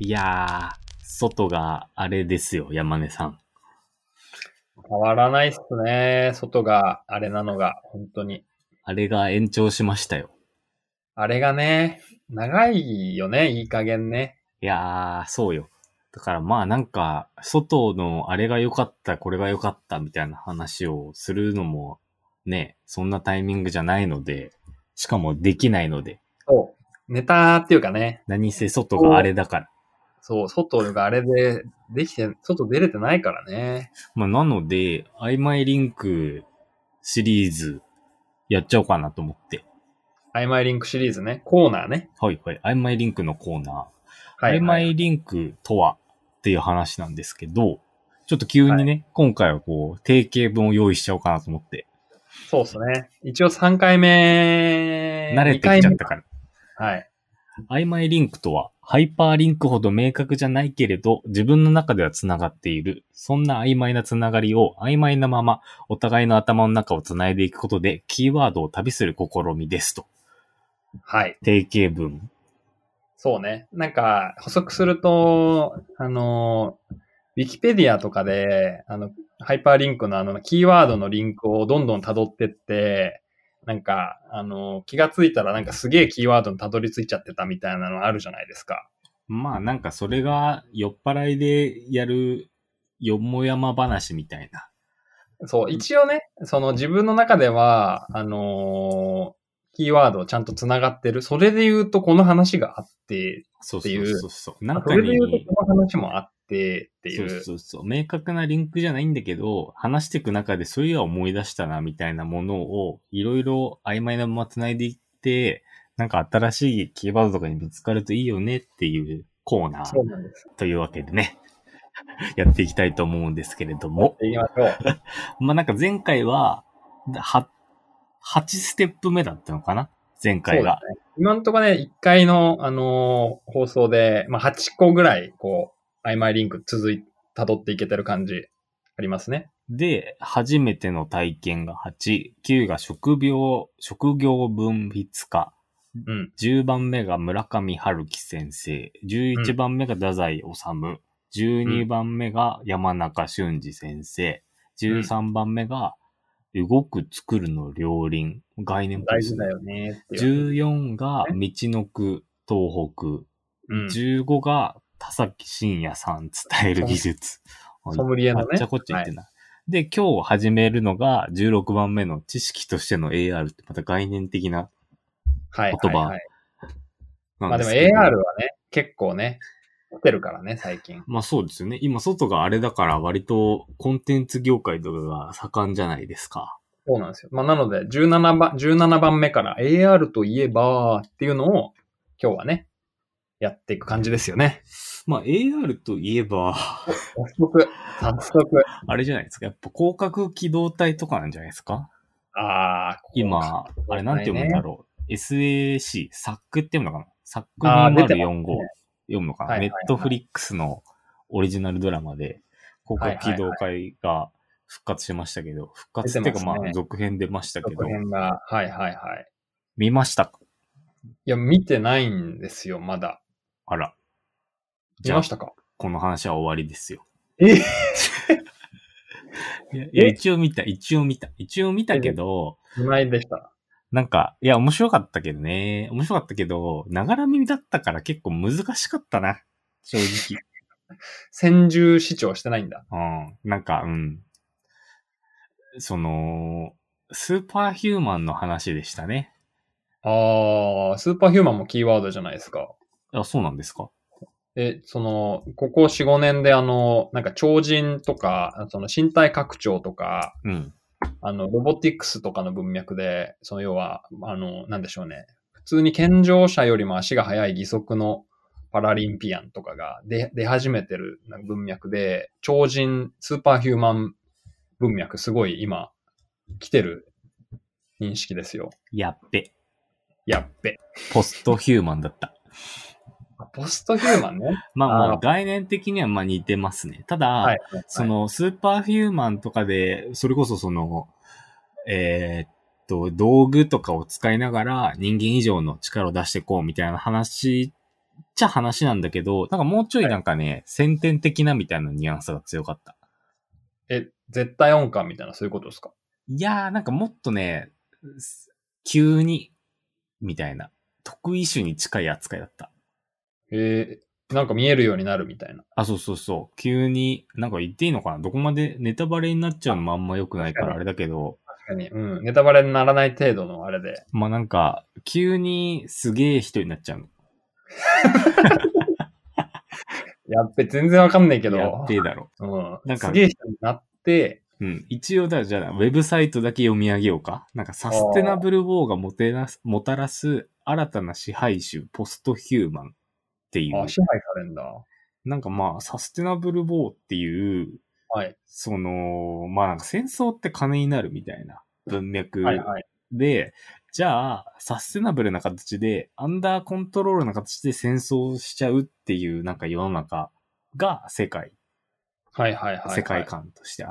いやー、外があれですよ、山根さん。 変わらないっすね。外があれなのが、本当に。 あれが延長しましたよ。 あれがね、長いよね、いい加減ね。 いやー、そうよ。だからまあなんか、外のあれが良かった、これが良かったみたいな話をするのも、ね、そんなタイミングじゃないので、しかもできないので、 そう。ネタっていうかね、 何せ外があれだから。 そう、外があれでできて、外出れてないからね。 まあなので、曖昧リンクシリーズやっちゃおうかなと思って。 曖昧リンクシリーズね。コーナーね。 はいはい。曖昧リンクのコーナー。曖はいはい。 昧リンクとはっていう話なんですけど、ちょっと急にはい。 ね、今回はこう、定型文を用意しちゃおうかなと思って。 そうっすね。一応3回目、 慣れてき 2回目か。 ちゃったから。 はい。 曖昧リンクとは、ハイパーリンクほど明確じゃないけれど、自分の中では繋がっている。そんな曖昧な繋がりを曖昧なまま、お互いの頭の中を繋いでいくことで、キーワードを旅する試みですと。 はい。 定型文。 そうね。なんか、補足すると、ウィキペディアとかで、ハイパーリンクのキーワードのリンクをどんどん辿ってって、なんか、気がついたらなんかすげえキーワードに辿り着いちゃってたみたいなのあるじゃないですか。 まあなんかそれが酔っ払いでやるよもやま話みたいな。 そう、一応ね、その自分の中では、キーワードちゃんと繋がってる。それで言うとこの話があってそうそうっていう、 そうそう。なんそかれで言うとに、 この話もあってってそういう、 そうそう。明確なリンクじゃないんだけど、話していく中でそういや思い出したなみたいなものをいろいろ曖昧なまま繋いでいって、なんか新しいキーワードとかに見つかるといいよねっていうコーナーそうなんです。 というわけでね、やっていきたいと思うんですけれども。 やっていきましょう。 まあなんか前回は、8ステップ目だったのかな前回が。 そうですね。今んとこね、1回の、放送で、まあ、8個ぐらい、こう、曖昧リンク辿っていけてる感じ、ありますね。 で、初めての体験が8、9が職業文筆家、 うん。 10番目が村上春樹先生、11 うん。 番目が太宰治、12 うん。 番目が山中俊二先生、 うん。 13番目が動く作るの両輪、概念っぽいですね。 大事だよね、っていうやつです 14がね。 道のく東北、 うん。 15が田崎真也さん伝える技術。 ソムリエのね。 あっちゃこっちゃ言っはい。 てない。で、今日始めるのが16番目の知識としての AR ってまた概念的なはい、はい、は言葉い。 なんまあでもですけど、 AR はね、結構ね、来てるからね、最近。 まあそうですよね。今外があれだから割とコンテンツ業界とかが盛んじゃないですか。 そうなんですよ。まあなので、17番目から AR といえばっていうのを、今日はね、やっていく感じですよね。 まあ AR といえば、 早速。 あれじゃないですか。やっぱ広角機動隊とかなんじゃないですか。 こうか。 今、あれなんて読むんだね。 ろう。SAC、SAC って読むのかな？ 出てますね。 SAC2045 読むのかな？ はいはいネットフはい。 リックスのオリジナルドラマで、広はいはいはい。 角機動隊が復活しましたけど、復出て活っていうかまあますね。 続編出ましたけ続ど、 編が。はいはいはい。 見ましたか？ いや、見てないんですよ、まだ。 あら。じゃあ、 見ましたか？ この話は終わりですよ。 えいや、 え一応見たけど、 2枚でした。 なんか、いや、面白かったけどね。面白かったけど、ながら見だったから結構難しかったな。正直。 先住視聴してないんだ。 うん。なんか、その、スーパーヒューマンの話でしたね。 スーパーヒューマンもキーワードじゃないですか。 あ、そうなんですか？ ここ4、5年でなんか超人とか、その身体拡張とか、 うん。 ロボティクスとかの文脈で、その要は、なんでしょうね。普通に健常者よりも足が速い義足のパラリンピアンとかが出始めてる文脈で、超人、スーパーヒューマン文脈すごい今来てる認識ですよ。 やっべ。 やっべ。 ポストヒューマンだった。 ポストヒューマンね。 まあまあ、概念的にはまあ似てますね。ただ、 はい、はい。 その、スーパーヒューマンとかで、それこそその、え道具とかを使いながら人間以上の力を出していこうみたいな話ちゃ話なんだけど、なんかもうちょいなんかね、先天的なみたいなニュアンスが強かった。 絶対音感みたいな、そういうことですか？ いやー、なんかもっとね、急に、みたいな、特異種に近い扱いだった。 なんか見えるようになるみたいな。 あ、そうそうそう。急に、なんか言っていいのかな、どこまでネタバレになっちゃうのもあんま良くないからあれだけど、 確かに。うん。ネタバレにならない程度のあれで。 まあなんか、急にすげえ人になっちゃうの。 やっべ、全然わかんないけやど。 っべえだろ。 うん。 なんか、 すげえ人になって、 うん。一応じゃあ、ウェブサイトだけ読み上げようか。なんか、サステナブルウォーがもたらす新たな支配種、ポストヒューマンっていう。 支配されんだ。 なんかまあ、サステナブルウォーっていう、 はい。 まあなんか戦争って金になるみたいな文脈はいはい。 で、じゃあ、サステナブルな形で、アンダーコントロールな形で戦争しちゃうっていうなんか世の中が世界世界観としてあって、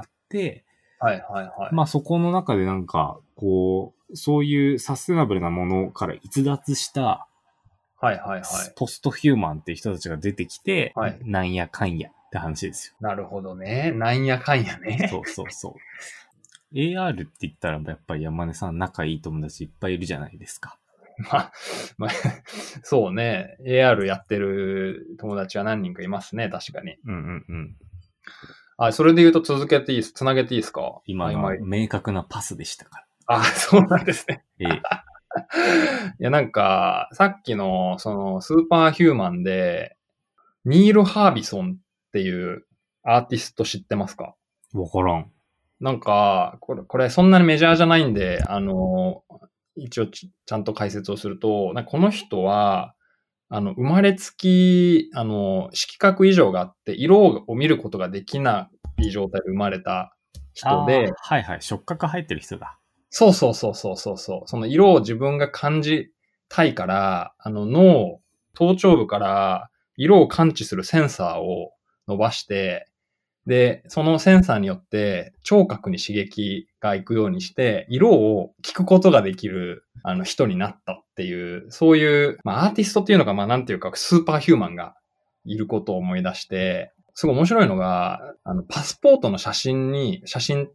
はいはいはい。 まあそこの中でなんか、こう、そういうサステナブルなものから逸脱した、 はいはいはい。 ポストヒューマンっていう人たちが出てきて、 はい、 なんやかんやって話ですよ。 なるほどね。なんやかんやね。 そうそうそう。AR って言ったらやっぱり山根さん仲いい友達いっぱいいるじゃないですか。 まあ、そうね。AR やってる友達は何人かいますね。確かに。 うんうんうん。 それで言うとつなげていいですか？ 今のは明確なパスでしたから。 そうなんですね。 ええ。 いや、なんか、さっきの、その、スーパーヒューマンで、ニール・ハービソンっていうアーティスト知ってますか？ わからん。 なんか、これそんなにメジャーじゃないんで、一応ちゃんと解説をすると、なんかこの人は、生まれつき、色覚異常があって、色を見ることができない状態で生まれた人で、 はいはい。触覚入ってる人だ。 そうそうそうそうそうそう。その色を自分が感じたいから、頭頂部から色を感知するセンサーを伸ばして、で、そのセンサーによって聴覚に刺激が行くようにして、色を聞くことができる、人になったっていう、そういう、まあ、アーティストっていうのが、まあ、なんていうか、スーパーヒューマンがいることを思い出して、すごい面白いのが、パスポートの写真って、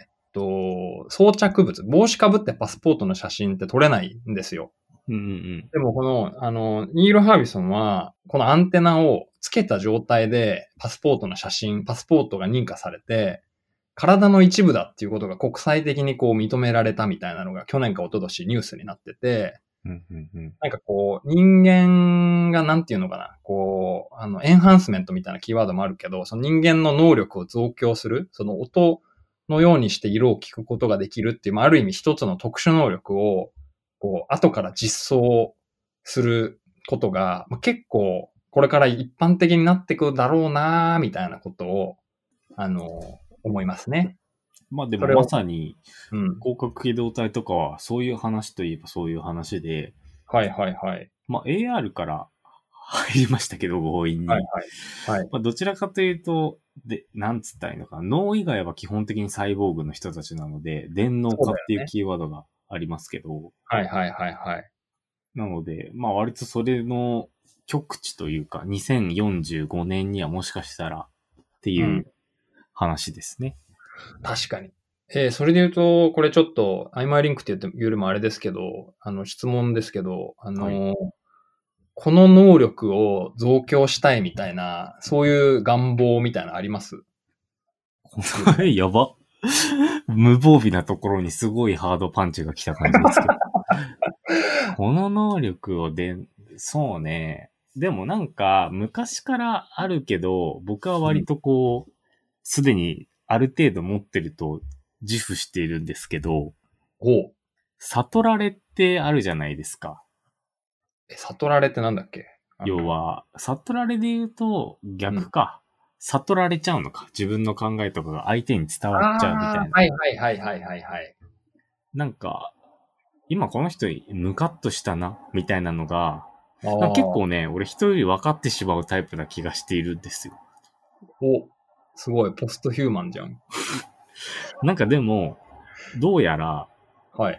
装着物、帽子かぶってパスポートの写真って撮れないんですよ。 うんうんうん。 でもニール・ハービソンは、このアンテナをつけた状態でパスポートが認可されて、体の一部だっていうことが国際的にこう認められたみたいなのが去年か一昨年ニュースになってて、 うんうんうん。 なんかこう、人間がなんていうのかな、こう、エンハンスメントみたいなキーワードもあるけど、その人間の能力を増強する、その音のようにして色を聞くことができるっていう、まあ、ある意味一つの特殊能力を、こう、後から実装することが、まあ、結構、これから一般的になってくるだろうなみたいなことを、思いますね。 まあでもまさに、 うん。 広角機動隊とかはそういう話といえばそういう話で、 はいはいはい。 まあ AR から入りましたけど、強引に。 はいはい。はい。 まあどちらかというと、なんつったらいいのかな。脳以外は基本的にサイボーグの人たちなので、電脳化っていうキーワードがありますけど、 はいはいはいはい。 なので、まあ割とそれの極致というか、2045年にはもしかしたらっていう話ですね。 確かに。それで言うと、これちょっと、曖昧リンクって言うよりもあれですけど、質問ですけど、 はい、 この能力を増強したいみたいな、そういう願望みたいなのあります？ やば。無防備なところにすごいハードパンチが来た感じですけど。この能力をそうね。でもなんか、昔からあるけど、僕は割とこう、すでにある程度持ってると自負しているんですけど、悟られってあるじゃないですか。 悟られってなんだっけ？ 要は、悟られで言うと逆か。悟られちゃうのか。自分の考えとかが相手に伝わっちゃうみたいな。 はいはいはいはいはいはい。 なんか、今この人ムカッとしたな、みたいなのが、結構ね、俺人より分かってしまうタイプな気がしているんですよ。 すごい、ポストヒューマンじゃん。 なんかでも、どうやら、 はい。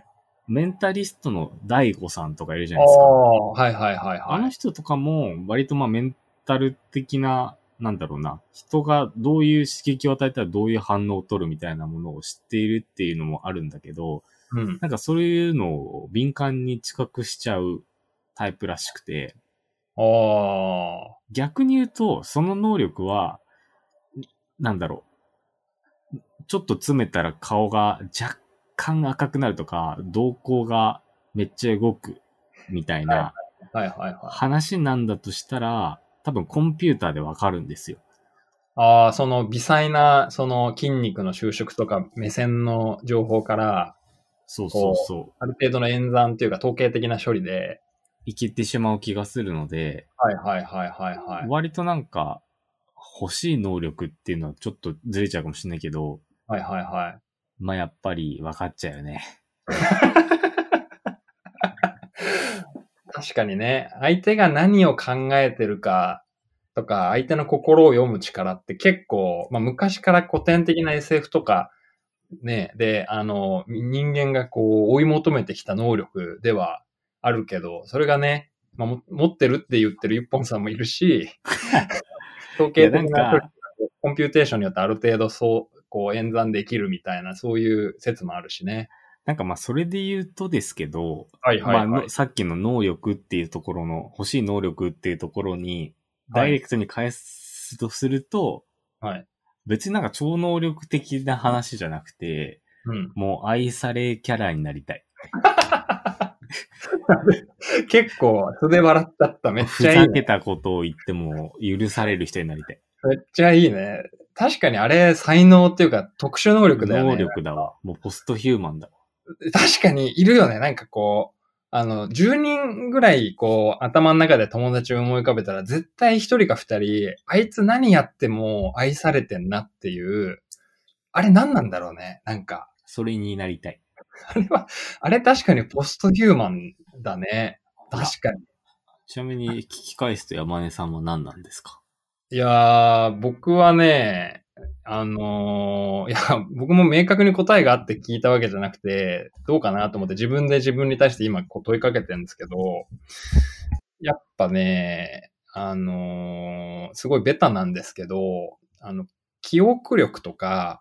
メンタリストの大悟さんとかいるじゃあないですか。 あ、はいはいはいあのはい。 人とかも、割とまあメンタル的な、なんだろうな、人がどういう刺激を与えたらどういう反応を取るみたいなものを知っているっていうのもあるんだけど、 うん。 なんかそういうのを敏感に知覚しちゃうタイプらしくて、 ああ、 逆に言うと、その能力は、なんだろう、ちょっと詰めたら顔が若干赤くなるとか、瞳孔がめっちゃ動くみたいはいなはいはいはい。 話なんだとしたら、多分コンピューターでわかるんですよ。 ああ、その微細な、その筋肉の収縮とか目線の情報から、 そうそうこう、 そう。 ある程度の演算というか統計的な処理で、 いけてしまう気がするので、 はいはいはいはいはい。 割となんか、欲しい能力っていうのはちょっとずれちゃうかもしれないけど、 はいはいはい。 まあやっぱり分かっちゃうよね。 確かにね、相手が何を考えてるかとか、相手の心を読む力って結構、まあ昔から古典的な SF とかね、で、人間がこう追い求めてきた能力ではあるけど、それがね、まあ、持ってるって言ってる一本さんもいるし、統いや計的な処理なんか、 コンピューテーションによってある程度そう、こう演算できるみたいな、そういう説もあるしね。 なんかまあそれで言うとですけど、 はいはまあいはい。 さっきの能力っていうところの、欲しい能力っていうところに、ダはい。 イレクトに返すとすると、 はい。 別になんか超能力的な話じゃなくて、 うん。 もう愛されキャラになりたい。 結構素で笑っちゃった。めっちゃいいね。 ふざけたことを言っても許される人になりたい。 めっちゃいいね。確かにあれ才能っていうか特殊能力だよ能ね。 力だわ。もうポストヒューマンだわ。 確かにいるよね。なんかこう、10人ぐらい、こう、頭の中で友達を思い浮かべたら、絶対1人か2人、あいつ何やっても愛されてんなっていう、あれ何なんだろうね。なんか、 それになりたい。 あれは、あれ確かにポストヒューマンだね。 ほら。 確かに。 ちなみに聞き返すと山根さんは何なんですか？ いやー、僕はね、いや、僕も明確に答えがあって聞いたわけじゃなくて、どうかなと思って自分で自分に対して今こう問いかけてるんですけど、やっぱね、すごいベタなんですけど、記憶力とか、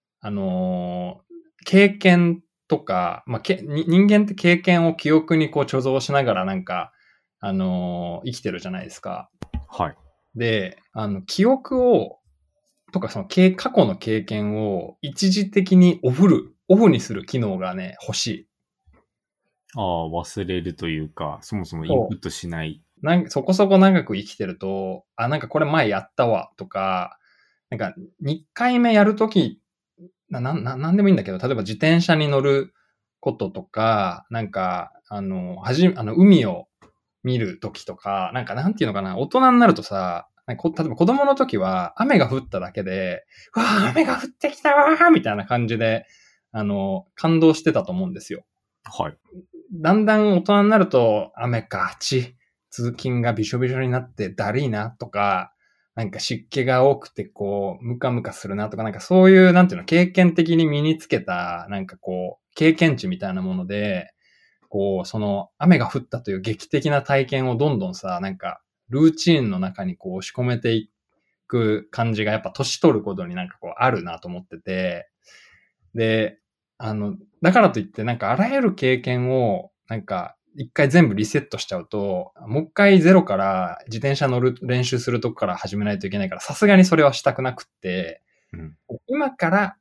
経験とか、まあ、人間って経験を記憶にこう貯蔵しながらなんか、生きてるじゃないですか。 はい。 で、記憶を、とかその過去の経験を一時的にオフにする機能がね、欲しい。 ああ、忘れるというか、そもそもインそプットしない。 そこそこ長く生きてると、あ、なんかこれ前やったわ、とか、なんか2回目やるとき、なんでもいいんだけど、例えば自転車に乗ることとか、なんか、海を見るときとか、なんかなんていうのかな、大人になるとさ、なんか例えば子供の時は雨が降っただけで、うわー雨が降ってきたわーみたいな感じで、感動してたと思うんですよ。 はい。 だんだん大人になると、雨か、通勤がびしょびしょになってだるいなとか、なんか湿気が多くてこう、ムカムカするなとか、なんかそういう、なんていうの、経験的に身につけた、なんかこう、経験値みたいなもので、こう、その雨が降ったという劇的な体験をどんどんさ、なんか、ルーチンの中にこう押し込めていく感じがやっぱ年取ることになんかこうあるなと思ってて、で、だからといってなんかあらゆる経験をなんか一回全部リセットしちゃうと、もう一回ゼロから自転車乗る練習するとこから始めないといけないから、さすがにそれはしたくなくって、 うん。 今から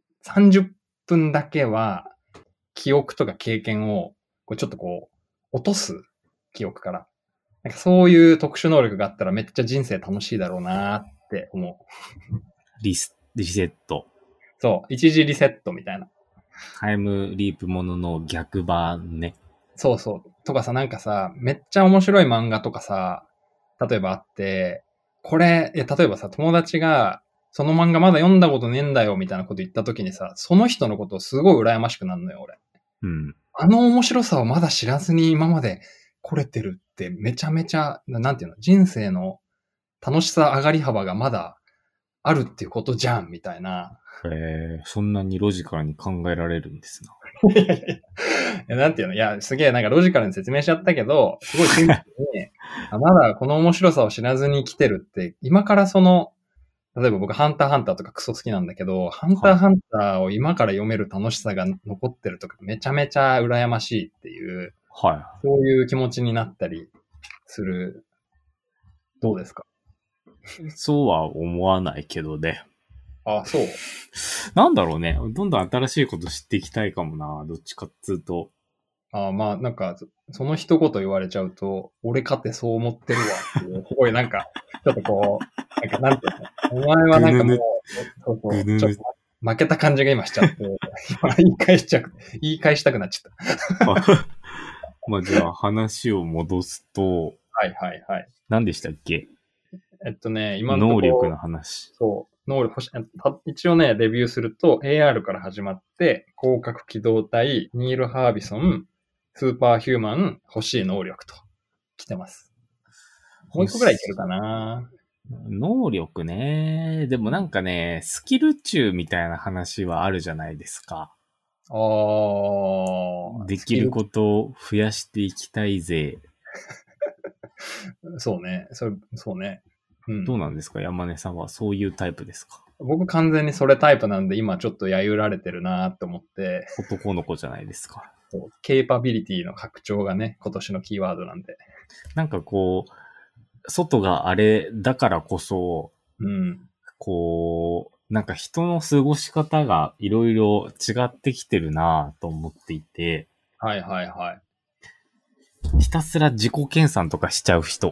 30分だけは記憶とか経験をこうちょっとこう落とす記憶から。なんかそういう特殊能力があったらめっちゃ人生楽しいだろうなって思う。 リセット。 そう、一時リセットみたいな。 タイムリープものの逆版ね。 そうそう。とかさ、なんかさ、めっちゃ面白い漫画とかさ、例えばあって、これ、例えばさ、友達が、その漫画まだ読んだことねえんだよ、みたいなこと言った時にさ、その人のことをすごい羨ましくなるのよ、俺。 うん。 あの面白さをまだ知らずに今まで来れてるってめちゃめちゃ、なんていうの、人生の楽しさ上がり幅がまだあるっていうことじゃん、みたいな。 そんなにロジカルに考えられるんですな。 いやいやいや、なんていうの、いや、すげえなんかロジカルに説明しちゃったけど、すごいシンプルに、まだこの面白さを知らずに来てるって、今から例えば僕ハンターハンターとかクソ好きなんだけど、ハンターハンターを今から読める楽しさが残ってるとかめちゃめちゃ羨ましいっていう、 はそういう気持ちになったりする。どうですか？ い。そうは思わないけどね。 あ、そう。 なんだろうね。どんどん新しいこと知っていきたいかもな。どっちかっつうと。 まあ、なんか、その一言言われちゃうと、俺かってそう思ってるわっていう、すごいなんか、ちょっとこう、なんかなんていうの、お前はなんかもう、そうそう、ちょっと負けた感じが今しちゃって、今言い返したくなっちゃった。 まあじゃあ話を戻すと、 はいはいはい。 何でしたっけ？ 今のところ、 能力の話。 そう、能力欲し一応ね、レビューすると、AR から始まって、広角機動隊、ニール・ハービソン、スーパーヒューマン、欲しい能力と来てます。もう一個ぐらいいけるかな。 能力ね。でもなんかね、スキル中みたいな話はあるじゃないですか。できることを増やしていきたいぜ。 そうね。そうね。 うん。どうなんですか？山根さんはそういうタイプですか？ 僕完全にそれタイプなんで今ちょっと揶揄られてるなと思って。 男の子じゃないですか。 ケーパビリティの拡張がね、今年のキーワードなんで。 なんかこう、外があれだからこそ、 うん。 こう、なんか人の過ごし方がいろいろ違ってきてるなと思っていて。 はいはいはい。 ひたすら自己研鑽とかしちゃう人。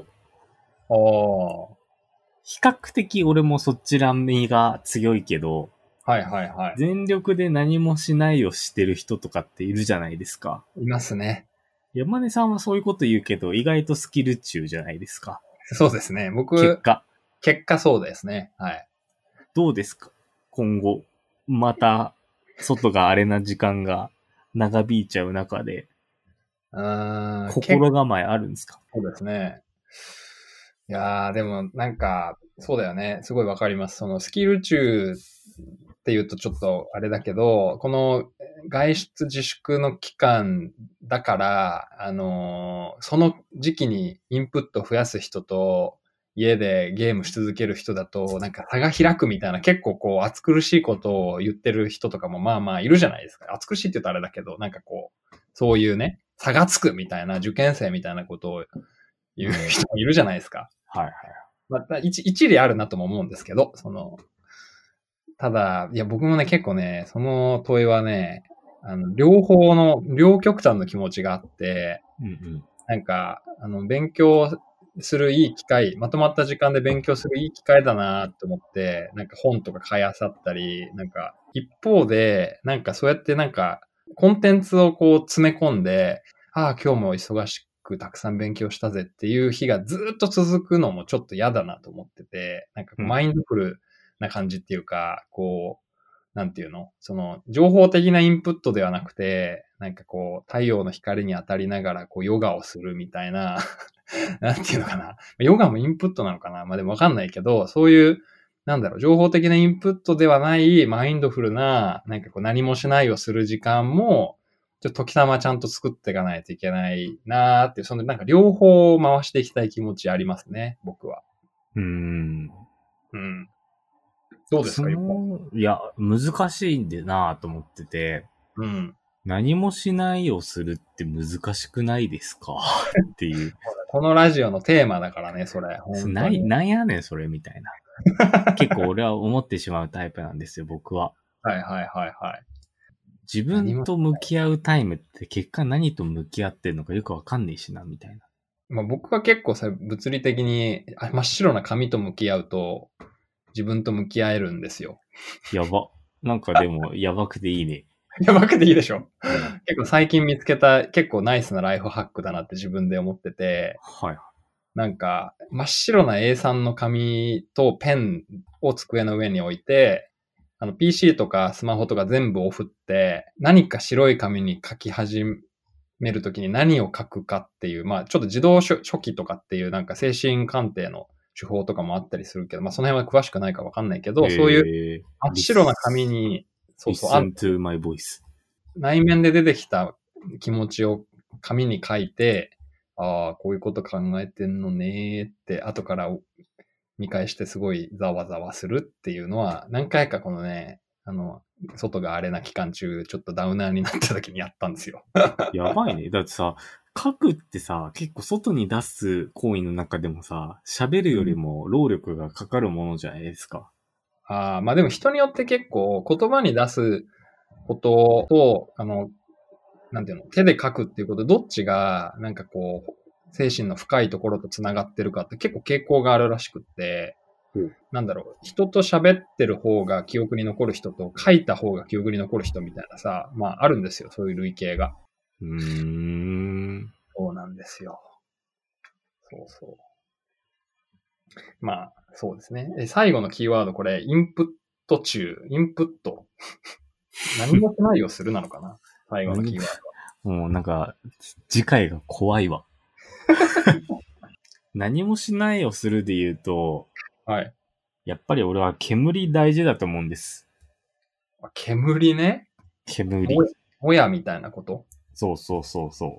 比較的俺もそちら身が強いけど、 はいはいはい。 全力で何もしないをしてる人とかっているじゃないですか。 いますね。 山根さんはそういうこと言うけど、意外とスキル中じゃないですか。 そうですね。結果そうですね。はい。 どうですか？今後、また、外が荒れな時間が長引いちゃう中で、心構えあるんですか？ そうですね。いやー、でもなんか、そうだよね。すごいわかります。そのスキル中って言うとちょっとあれだけど、この外出自粛の期間だから、その時期にインプット増やす人と、家でゲームし続ける人だと、なんか差が開くみたいな、結構こう、暑苦しいことを言ってる人とかもまあまあいるじゃないですか。暑苦しいって言うとあれだけど、なんかこう、そういうね、差がつくみたいな、受験生みたいなことを言う人もいるじゃないですか。 はいはい。 また一理あるなとも思うんですけど、ただ、いや僕もね、結構ね、その問いはね、両極端の気持ちがあって、なんか、勉強するいい機会、まとまった時間で勉強するいい機会だなと思って、なんか本とか買い漁ったり、なんか、一方で、なんかそうやってなんか、コンテンツをこう詰め込んで、今日も忙しくたくさん勉強したぜっていう日がずっと続くのもちょっと嫌だなと思ってて、なんかマインドフルな感じっていうか、こう、なんていうの？情報的なインプットではなくて、なんかこう、太陽の光に当たりながら、こう、ヨガをするみたいな、なんていうのかな。ヨガもインプットなのかな？まあでもわかんないけど、そういう、情報的なインプットではないマインドフルな、なんかこう、何もしないをする時間も、ちょっと時たまちゃんと作っていかないといけないなーっていう、なんか両方回していきたい気持ちありますね、僕は。うん。どうですか、 いや、難しいんでなと思ってて、何もしないをするって難しくないですかっていう。 このラジオのテーマだからね、それ。 なんやねん、それ、みたいな。結構俺は思ってしまうタイプなんですよ、僕は。 はいはいはいはい。 自分と向き合うタイムって結果何と向き合ってるのかよくわかんねえしな、みたいな。 まあ僕は結構物理的に真っ白な紙と向き合うと自分と向き合えるんですよ。 やば。なんかでもやばくていいね。 やばくていいでしょ。結構最近見つけた結構ナイスなライフハックだなって自分で思ってて。 はい。 なんか真っ白な A3 の紙とペンを机の上に置いて、PC とかスマホとか全部オフって、何か白い紙に書き始めるときに何を書くかっていう、まあちょっと自動書記とかっていうなんか精神鑑定の手法とかもあったりするけど、まあその辺は詳しくないかわかんないけど、そういう真っ白な紙に、 Listen to my voice. 内面で出てきた気持ちを紙に書いて、ああ、こういうこと考えてんのねーって、後から見返してすごいざわざわするっていうのは、何回かこのね、外が荒れな期間中、ちょっとダウナーになった時にやったんですよ。 やばいね。だってさ、書くってさ、結構外に出す行為の中でもさ、喋るよりも労力がかかるものじゃないですか。 ああ、まあでも人によって結構言葉に出すことと、なんていうの、手で書くっていうこと、どっちが、なんかこう、精神の深いところと繋がってるかって結構傾向があるらしくって、なんだろう、人と喋ってる方が記憶に残る人と書いた方が記憶に残る人みたいなさ、まああるんですよ、そういう類型が。そうなんですよ。そうそう。まあ、そうですね。最後のキーワード、これ、インプット中、インプット。何もしないをするなのかな最後のキーワード。もうなんか、次回が怖いわ。何もしないをするで言うと、 はい。 やっぱり俺は煙大事だと思うんです。 煙ね。 煙。 もやみたいなこと？ そうそうそうそう。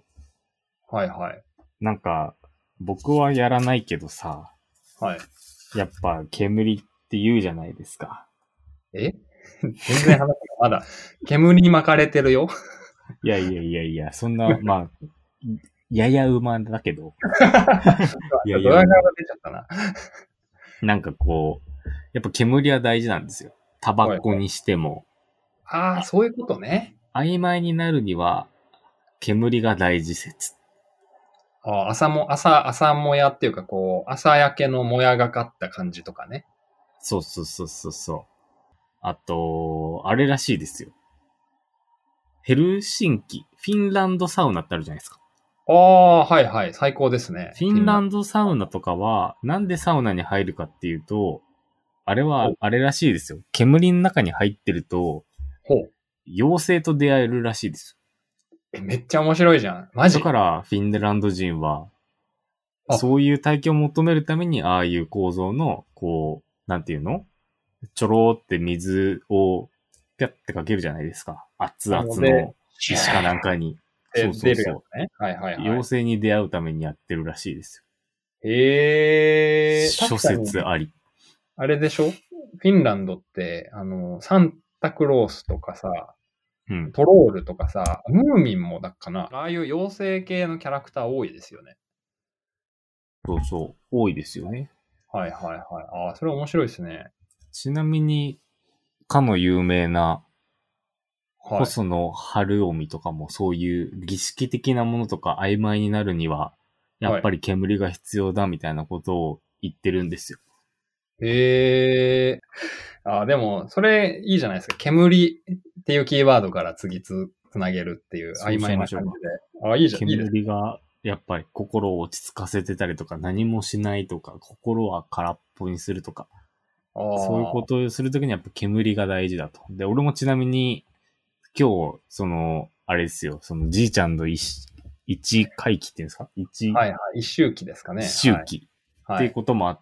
はいはい。 なんか、僕はやらないけどさ。 はい。 やっぱ煙って言うじゃないですか。 全然話がまだ煙に巻かれてるよ。 いや、そんな、まあ、やや馬だけど。 いや、ドヤ顔が出ちゃったな。 なんかこう、やっぱ煙は大事なんですよ。タバコにしても。 ああ、そういうことね。 曖昧になるには、煙が大事説。 朝もやっていうか、こう、朝焼けのもやがかった感じとかね。 そう。あと、あれらしいですよ。ヘルシンキ、フィンランドサウナってあるじゃないですか。 ああ、はいはい、最高ですね。 フィンランドサウナとかは、なんでサウナに入るかっていうと、あれは、あれらしいですよ。煙の中に入ってると、妖精と出会えるらしいですよ。めっちゃ面白いじゃん。マジ？ だから、フィンランド人は、そういう体験を求めるために、ああいう構造の、こう、なんていうの？ちょろーって水を、ピャってかけるじゃないですか。熱々の石かなんかに。 そう。ね、はい。 妖精に出会うためにやってるらしいですよ。へえ。 諸説あり。 あれでしょ？フィンランドって、サンタクロースとかさ、トロールとかさ、ムーミンもだっかな。ああいう妖精系のキャラクター多いですよね。 そう。多いですよね。 はい。ああ、それ面白いですね。 ちなみに、かの有名な、細野晴臣とかもそういう儀式的なものとか曖昧になるには、やっぱり煙が必要だみたいなことを言ってるんですよ。 へえ。あ、でも、それいいじゃないですか。煙っていうキーワードから次つなげるっていう曖昧な感じで。あ、いいじゃん。 煙がやっぱり心を落ち着かせてたりとか、何もしないとか、心は空っぽにするとか、そういうことをするときにやっぱ煙が大事だと。で、俺もちなみに、今日、あれですよ、じいちゃんの一回忌っていうんですか？ はい。一周忌ですかね。 一周忌。っていうこともあって、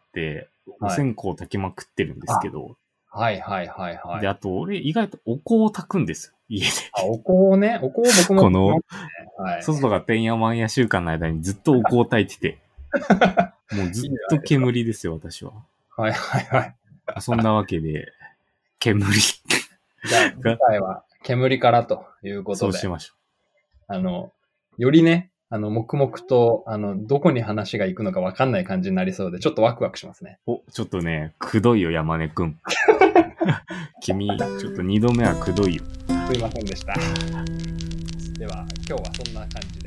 お線香を炊きまくってるんですけど。 はい。 で、あと、俺意外とお香を炊くんですよ、家で。 お香ね。お香僕も。 この、外がてんやわんや週間の間にずっとお香を炊いてて。もうずっと煙ですよ、私は。 はい。 そんなわけで、煙。 じゃあ、次回は煙からということで。 そうしましょう。よりね、黙々と、どこに話が行くのか分かんない感じになりそうで、ちょっとワクワクしますね。 ちょっとね、くどいよ、山根くん。君、ちょっと2度目はくどいよ。 すいませんでした。では、今日はそんな感じで。